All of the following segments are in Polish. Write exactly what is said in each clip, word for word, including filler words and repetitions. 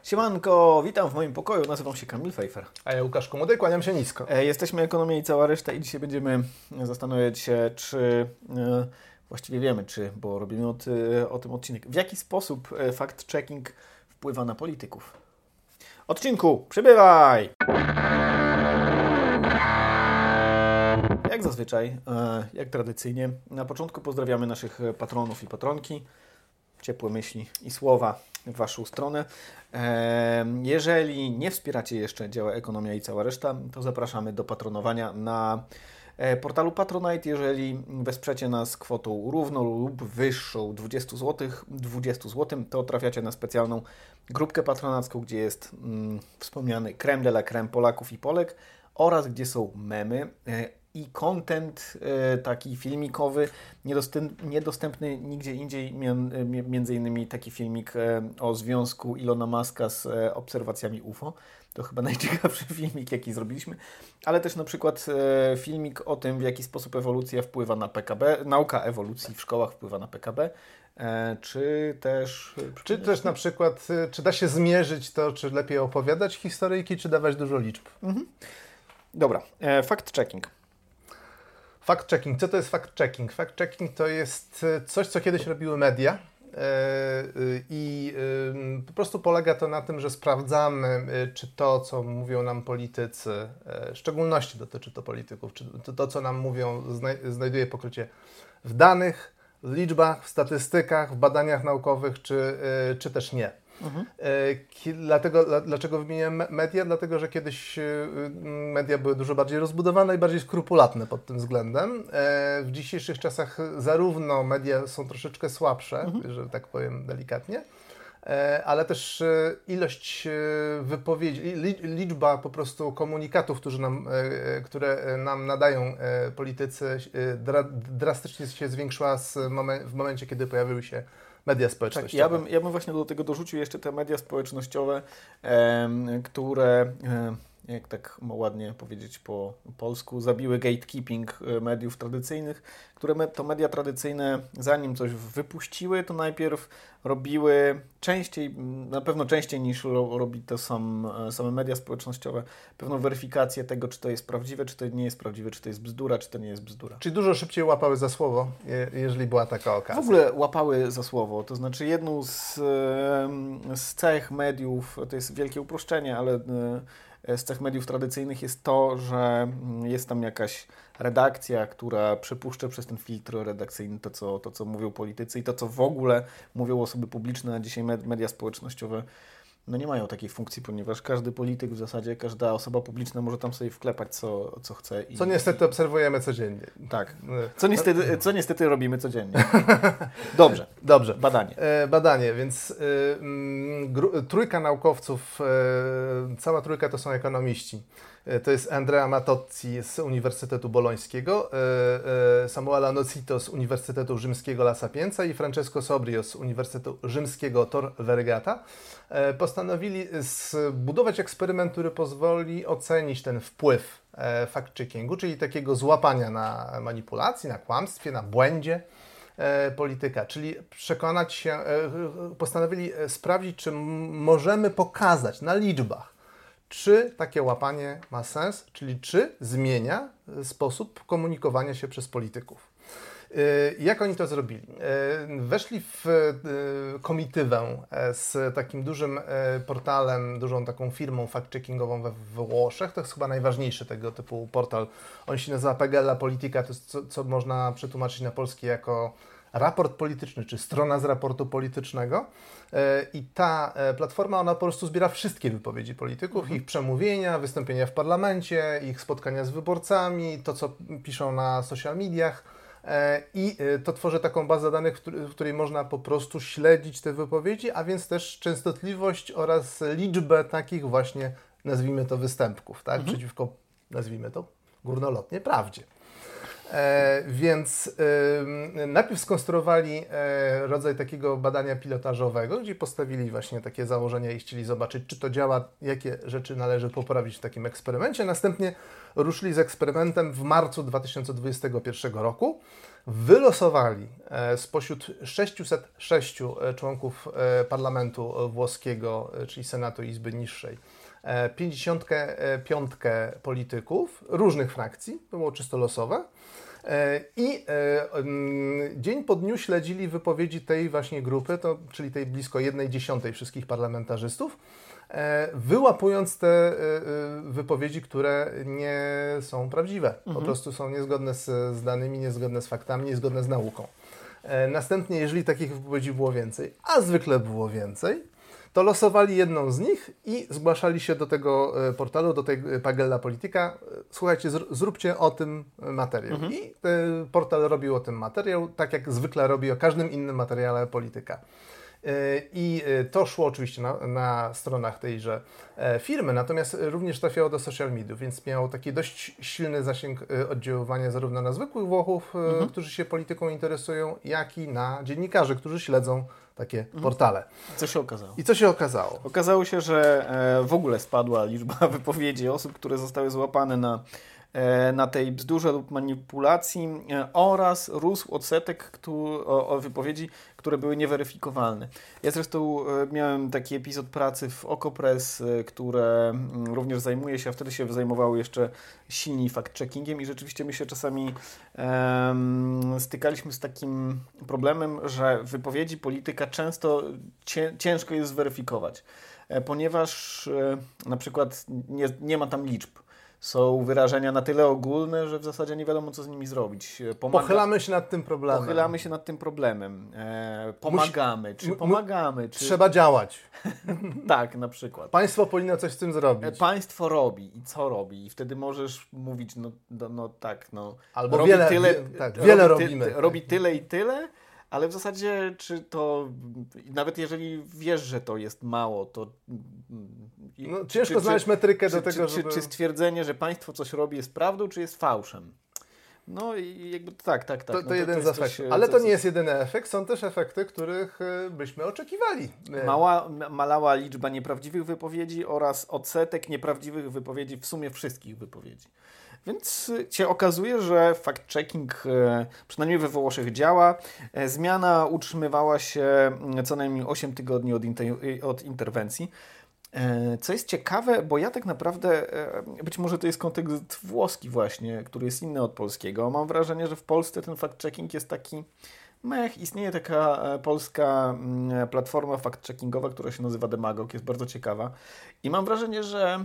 Siemanko, witam w moim pokoju, nazywam się Kamil Fejfer. A ja Łukasz Komody, kłaniam się nisko. E, jesteśmy Ekonomia i cała reszta i dzisiaj będziemy zastanawiać się, czy, e, właściwie wiemy czy, bo robimy o, ty, o tym odcinek, w jaki sposób fact-checking wpływa na polityków. Odcinku, przybywaj! Jak zazwyczaj, e, jak tradycyjnie, na początku pozdrawiamy naszych patronów i patronki. Ciepłe myśli i słowa w Waszą stronę. Jeżeli nie wspieracie jeszcze działa Ekonomia i cała reszta, to zapraszamy do patronowania na portalu Patronite. Jeżeli wesprzecie nas kwotą równą lub wyższą dwadzieścia złotych, dwadzieścia złotych, to trafiacie na specjalną grupkę patronacką, gdzie jest mm, wspomniany crème de la crème Polaków i Polek oraz gdzie są memy i content y, taki filmikowy, niedostęp, niedostępny nigdzie indziej, między innymi taki filmik y, o związku Ilona Muska z y, obserwacjami U F O. To chyba najciekawszy filmik, jaki zrobiliśmy, ale też na przykład y, filmik o tym, w jaki sposób ewolucja wpływa na P K B, nauka ewolucji w szkołach wpływa na P K B, y, czy też... Czy też na przykład, y, czy da się zmierzyć to, czy lepiej opowiadać historyjki, czy dawać dużo liczb? Mhm. Dobra, y, fact-checking. Fact-checking. Co to jest fact-checking? Fact-checking to jest coś, co kiedyś robiły media i po prostu polega to na tym, że sprawdzamy, czy to, co mówią nam politycy, w szczególności dotyczy to polityków, czy to, to co nam mówią, znajduje pokrycie w danych, w liczbach, w statystykach, w badaniach naukowych, czy, czy też nie. Mhm. Dlatego, dlaczego wymieniłem media? Dlatego, że kiedyś media były dużo bardziej rozbudowane i bardziej skrupulatne pod tym względem. W dzisiejszych czasach zarówno media są troszeczkę słabsze, mhm. że tak powiem delikatnie, ale też ilość wypowiedzi, liczba po prostu komunikatów, którzy nam, które nam nadają politycy, drastycznie się zwiększyła w momencie, kiedy pojawiły się media społecznościowe. Tak, ja bym, ja bym właśnie do tego dorzucił jeszcze te media społecznościowe, e, które, e, jak tak ładnie powiedzieć po polsku, zabiły gatekeeping mediów tradycyjnych, które me, to media tradycyjne, zanim coś wypuściły, to najpierw robiły częściej, na pewno częściej niż ro, robi to sam, same media społecznościowe, pewną weryfikację tego, czy to jest prawdziwe, czy to nie jest prawdziwe, czy to jest bzdura, czy to nie jest bzdura. Czyli dużo szybciej łapały za słowo, jeżeli była taka okazja. W ogóle łapały za słowo, to znaczy jedną z, z cech mediów, to jest wielkie uproszczenie, ale z cech mediów tradycyjnych jest to, że jest tam jakaś redakcja, która przepuszcza przez ten filtr redakcyjny to co, to, co mówią politycy i to, co w ogóle mówią osoby publiczne, a dzisiaj media społecznościowe no nie mają takiej funkcji, ponieważ każdy polityk w zasadzie, każda osoba publiczna może tam sobie wklepać, co, co chce. I, co niestety obserwujemy codziennie. Tak. Co niestety, co niestety robimy codziennie. Dobrze. Dobrze. Badanie. E, badanie, więc e, gru, trójka naukowców, e, cała trójka to są ekonomiści. E, to jest Andrea Matozzi z Uniwersytetu Bolońskiego, e, e, Samuela Nocito z Uniwersytetu Rzymskiego La Sapienza i Francesco Sobrio z Uniwersytetu Rzymskiego Tor Vergata. E, postanowili zbudować eksperyment, który pozwoli ocenić ten wpływ e, fact-checkingu, czyli takiego złapania na manipulacji, na kłamstwie, na błędzie e, polityka. Czyli przekonać się, e, postanowili sprawdzić, czy możemy pokazać na liczbach, czy takie łapanie ma sens, czyli czy zmienia sposób komunikowania się przez polityków. Jak oni to zrobili? Weszli w komitywę z takim dużym portalem, dużą taką firmą fact-checkingową we Włoszech. To jest chyba najważniejszy tego typu portal. On się nazywa Pagella Politica, to jest co, co można przetłumaczyć na polski jako raport polityczny, czy strona z raportu politycznego. I ta platforma, ona po prostu zbiera wszystkie wypowiedzi polityków, mhm. ich przemówienia, wystąpienia w parlamencie, ich spotkania z wyborcami, to co piszą na social mediach. I to tworzy taką bazę danych, w której można po prostu śledzić te wypowiedzi, a więc też częstotliwość oraz liczbę takich właśnie, nazwijmy to, występków, tak? Mhm. Przeciwko, nazwijmy to, górnolotnie prawdzie. E, więc e, najpierw skonstruowali e, rodzaj takiego badania pilotażowego, gdzie postawili właśnie takie założenia i chcieli zobaczyć, czy to działa, jakie rzeczy należy poprawić w takim eksperymencie. Następnie ruszyli z eksperymentem w marcu dwa tysiące dwudziestego pierwszego roku wylosowali spośród sześciuset sześciu członków parlamentu włoskiego, czyli Senatu Izby Niższej, pięćdziesiąt pięć polityków różnych frakcji, to było czysto losowe. I dzień po dniu śledzili wypowiedzi tej właśnie grupy, to, czyli tej blisko jednej dziesiątej wszystkich parlamentarzystów, wyłapując te wypowiedzi, które nie są prawdziwe. Po Mhm. prostu są niezgodne z, z danymi, niezgodne z faktami, niezgodne z nauką. Następnie, jeżeli takich wypowiedzi było więcej, a zwykle było więcej, to losowali jedną z nich i zgłaszali się do tego portalu, do tej Pagella Politica. Słuchajcie, zróbcie o tym materiał. Mhm. I portal robił o tym materiał, tak jak zwykle robi o każdym innym materiale Polityka. I to szło oczywiście na, na stronach tejże firmy, natomiast również trafiało do social mediów, więc miało taki dość silny zasięg oddziaływania zarówno na zwykłych Włochów, mhm. którzy się polityką interesują, jak i na dziennikarzy, którzy śledzą takie mhm. portale. Co się okazało? I co się okazało? Okazało się, że w ogóle spadła liczba wypowiedzi osób, które zostały złapane na na tej bzdurze lub manipulacji oraz rósł odsetek o, o wypowiedzi, które były nieweryfikowalne. Ja zresztą miałem taki epizod pracy w Okopress, które również zajmuje się, a wtedy się zajmowało jeszcze silniej fact-checkingiem i rzeczywiście my się czasami um, stykaliśmy z takim problemem, że wypowiedzi polityka często cię, ciężko jest zweryfikować, ponieważ na przykład nie, nie ma tam liczb. Są wyrażenia na tyle ogólne, że w zasadzie nie wiadomo, co z nimi zrobić. Pomaga... Pochylamy się nad tym problemem. Pochylamy się nad tym problemem. E, pomagamy. Musi... Czy pomagamy? Czy... Trzeba działać. Tak, na przykład. Państwo powinno coś z tym zrobić. Państwo robi. I co robi? I wtedy możesz mówić, no, no, no tak, no. Albo robi wiele, tyle, wie, tak, robi wiele ty, robimy. Ty, robi tyle i tyle, ale w zasadzie, czy to, nawet jeżeli wiesz, że to jest mało, to... No, ciężko czy, znaleźć metrykę czy, do tego, czy, żeby... Czy stwierdzenie, że państwo coś robi jest prawdą, czy jest fałszem? No i jakby tak, tak, tak. To, to no, jeden to z efektów. Ale to nie jest jedyny efekt, są też efekty, których byśmy oczekiwali. Mała, malała liczba nieprawdziwych wypowiedzi oraz odsetek nieprawdziwych wypowiedzi w sumie wszystkich wypowiedzi. Więc się okazuje, że fact-checking przynajmniej we Włoszech działa. Zmiana utrzymywała się co najmniej osiem tygodni od, inter- od interwencji. Co jest ciekawe, bo ja tak naprawdę, być może to jest kontekst włoski właśnie, który jest inny od polskiego. Mam wrażenie, że w Polsce ten fact-checking jest taki mech. Istnieje taka polska platforma fact-checkingowa, która się nazywa Demagog, jest bardzo ciekawa. I mam wrażenie, że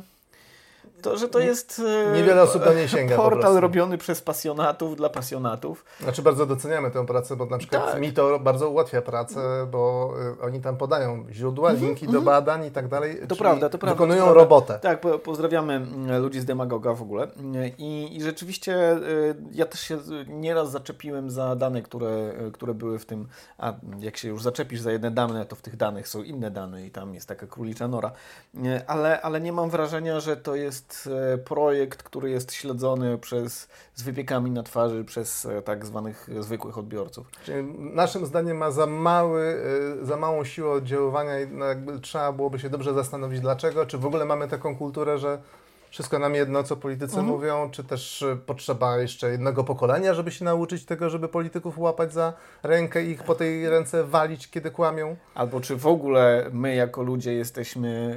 to, że to jest niewiele osób do niej sięga portal robiony przez pasjonatów dla pasjonatów. Znaczy bardzo doceniamy tę pracę, bo na przykład tak. mi to bardzo ułatwia pracę, bo oni tam podają źródła, mm-hmm, linki mm-hmm. do badań i tak dalej. To prawda, to prawda. Wykonują to prawda. robotę. Tak, pozdrawiamy ludzi z Demagoga w ogóle. I, I rzeczywiście ja też się nieraz zaczepiłem za dane, które, które były w tym, a jak się już zaczepisz za jedne dane, to w tych danych są inne dane i tam jest taka królicza nora. Ale, ale nie mam wrażenia, że to jest jest projekt, który jest śledzony przez, z wypiekami na twarzy przez tak zwanych zwykłych odbiorców. Czyli naszym zdaniem ma za, mały, za małą siłę oddziaływania i no jakby trzeba byłoby się dobrze zastanowić dlaczego, czy w ogóle mamy taką kulturę, że wszystko nam jedno, co politycy mhm. mówią, czy też potrzeba jeszcze jednego pokolenia, żeby się nauczyć tego, żeby polityków łapać za rękę i ich po tej ręce walić, kiedy kłamią? Albo czy w ogóle my jako ludzie jesteśmy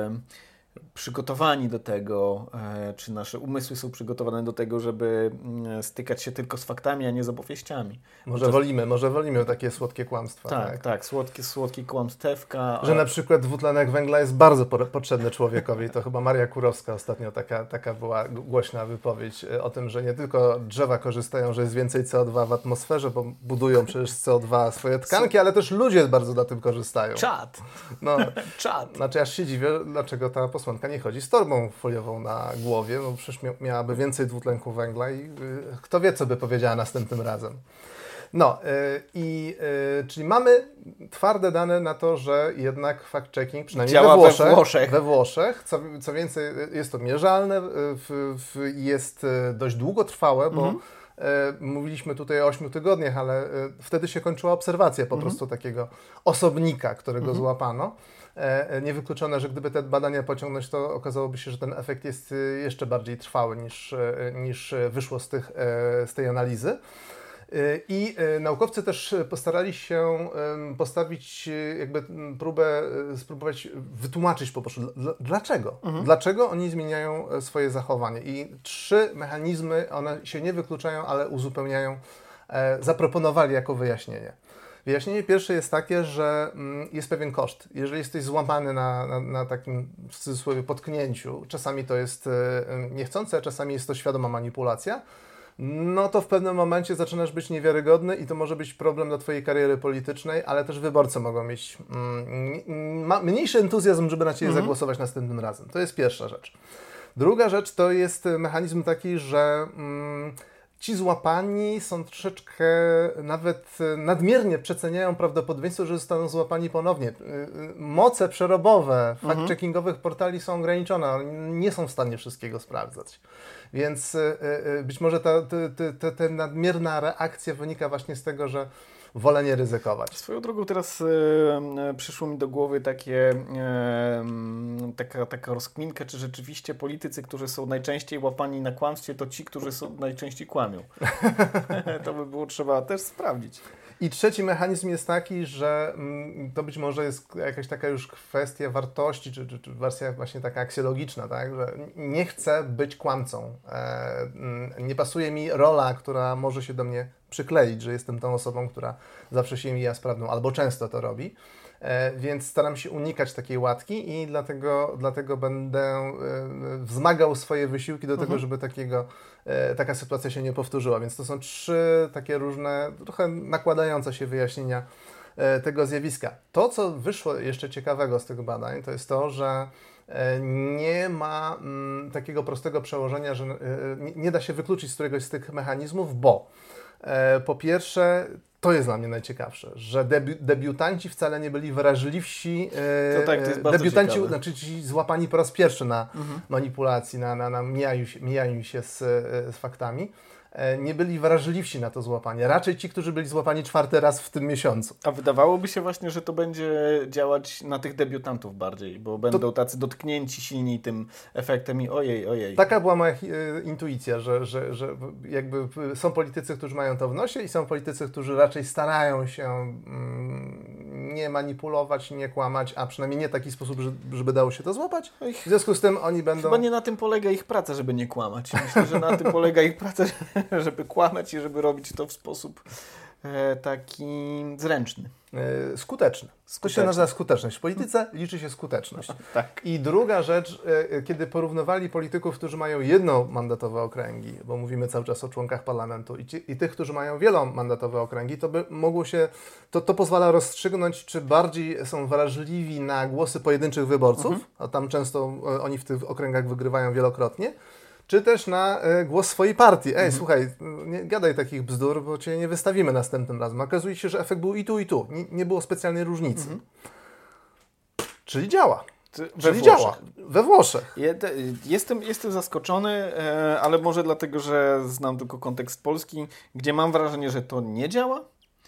e, przygotowani do tego, e, czy nasze umysły są przygotowane do tego, żeby e, stykać się tylko z faktami, a nie z opowieściami. Może to... wolimy, może wolimy takie słodkie kłamstwa. Tak, tak, tak słodkie, słodkie kłamstewka. Że na przykład dwutlenek węgla jest bardzo po- potrzebny człowiekowi. To chyba Maria Kurowska ostatnio taka, taka była głośna wypowiedź o tym, że nie tylko drzewa korzystają, że jest więcej C O dwa w atmosferze, bo budują przecież C O dwa swoje tkanki, ale też ludzie bardzo na tym korzystają. Czad. No, Czad. Znaczy aż się dziwię, dlaczego ta posłanka nie chodzi z torbą foliową na głowie, no przecież miałaby więcej dwutlenku węgla i yy, kto wie, co by powiedziała następnym razem. No yy, i yy, czyli mamy twarde dane na to, że jednak fact-checking, przynajmniej działa we Włoszech, we Włoszech, we Włoszech co, co więcej jest to mierzalne, w, w, jest dość długotrwałe, bo mhm. Mówiliśmy tutaj o ośmiu tygodniach, ale wtedy się kończyła obserwacja po mhm. prostu takiego osobnika, którego mhm. złapano. Niewykluczone, że gdyby te badania pociągnąć, to okazałoby się, że ten efekt jest jeszcze bardziej trwały niż, niż wyszło z, tych, z tej analizy. I naukowcy też postarali się postawić jakby próbę, spróbować wytłumaczyć po prostu dlaczego. Mhm. Dlaczego oni zmieniają swoje zachowanie. I trzy mechanizmy, one się nie wykluczają, ale uzupełniają, zaproponowali jako wyjaśnienie. Wyjaśnienie pierwsze jest takie, że jest pewien koszt. Jeżeli jesteś złamany na, na, na takim, w cudzysłowie, potknięciu, czasami to jest niechcące, a czasami jest to świadoma manipulacja, no to w pewnym momencie zaczynasz być niewiarygodny i to może być problem dla Twojej kariery politycznej, ale też wyborcy mogą mieć mm, mniejszy entuzjazm, żeby na Ciebie mhm. zagłosować następnym razem. To jest pierwsza rzecz. Druga rzecz to jest mechanizm taki, że mm, ci złapani są troszeczkę, nawet nadmiernie przeceniają prawdopodobieństwo, że zostaną złapani ponownie. Moce przerobowe fact-checkingowych portali są ograniczone, one nie są w stanie wszystkiego sprawdzać. Więc być może ta, ta, ta, ta nadmierna reakcja wynika właśnie z tego, że wolę nie ryzykować. Swoją drogą teraz e, przyszło mi do głowy takie, e, taka, taka rozkminka, czy rzeczywiście politycy, którzy są najczęściej łapani na kłamstwie, to ci, którzy są najczęściej kłamią. To by było trzeba też sprawdzić. I trzeci mechanizm jest taki, że to być może jest jakaś taka już kwestia wartości, czy, czy, czy wersja właśnie taka aksjologiczna, tak? Że nie chcę być kłamcą. E, nie pasuje mi rola, która może się do mnie przykleić, że jestem tą osobą, która zawsze się mija z prawdą, albo często to robi. E, więc staram się unikać takiej łatki i dlatego, dlatego będę e, wzmagał swoje wysiłki do mhm. tego, żeby takiego, e, taka sytuacja się nie powtórzyła. Więc to są trzy takie różne, trochę nakładające się wyjaśnienia e, tego zjawiska. To, co wyszło jeszcze ciekawego z tych badań, to jest to, że e, nie ma m, takiego prostego przełożenia, że e, nie, nie da się wykluczyć z któregoś z tych mechanizmów, bo e, po pierwsze, to jest dla mnie najciekawsze, że debi- debiutanci wcale nie byli wrażliwsi. To tak, to jest bardzo debiutanci, ciekawe. Znaczy ci złapani po raz pierwszy na mhm. manipulacji, na, na, na mijaniu się, mijaniu się z, z faktami, nie byli wrażliwsi na to złapanie. Raczej ci, którzy byli złapani czwarty raz w tym miesiącu. A wydawałoby się właśnie, że to będzie działać na tych debiutantów bardziej, bo będą to... tacy dotknięci silniej tym efektem i ojej, ojej. Taka była moja intuicja, że, że, że jakby są politycy, którzy mają to w nosie i są politycy, którzy raczej starają się mm, nie manipulować, nie kłamać, a przynajmniej nie w taki sposób, żeby dało się to złapać. W związku z tym oni będą... Chyba nie na tym polega ich praca, żeby nie kłamać. Myślę, że na tym polega ich praca, żeby kłamać i żeby robić to w sposób e, taki zręczny. E, skuteczny. To się nazywa skuteczność. W polityce liczy się skuteczność. Tak. I druga rzecz, e, kiedy porównywali polityków, którzy mają jednomandatowe okręgi, bo mówimy cały czas o członkach parlamentu, i, ci, i tych, którzy mają wielomandatowe okręgi, to by mogło się, to, to pozwala rozstrzygnąć, czy bardziej są wrażliwi na głosy pojedynczych wyborców, mhm. a tam często e, oni w tych okręgach wygrywają wielokrotnie, czy też na y, głos swojej partii. Ej, mhm. słuchaj, nie gadaj takich bzdur, bo Cię nie wystawimy następnym razem. Okazuje się, że efekt był i tu, i tu. Nie, nie było specjalnej różnicy. Mhm. Czyli działa. Ty, Czyli działa. We Włoszech. Jestem, jestem zaskoczony, ale może dlatego, że znam tylko kontekst Polski, gdzie mam wrażenie, że to nie działa.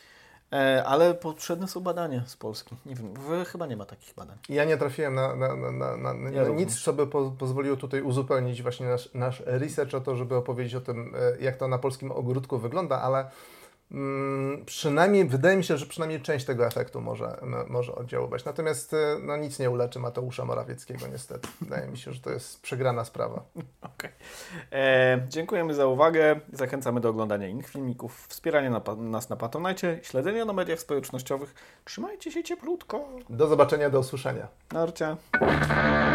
Ale potrzebne są badania z Polski. Nie wiem, chyba nie ma takich badań. Ja nie trafiłem na, na, na, na, na, ja na nic, co by po, pozwoliło tutaj uzupełnić właśnie nasz, nasz research o to, żeby opowiedzieć o tym, jak to na polskim ogródku wygląda, ale mm, przynajmniej, wydaje mi się, że przynajmniej część tego efektu może, może oddziaływać. Natomiast no, nic nie uleczy Mateusza Morawieckiego niestety. Wydaje mi się, że to jest przegrana sprawa. Okay. E, dziękujemy za uwagę. Zachęcamy do oglądania innych filmików, wspierania na, nas na Patronite, śledzenia na mediach społecznościowych. Trzymajcie się cieplutko. Do zobaczenia, do usłyszenia. Narcia.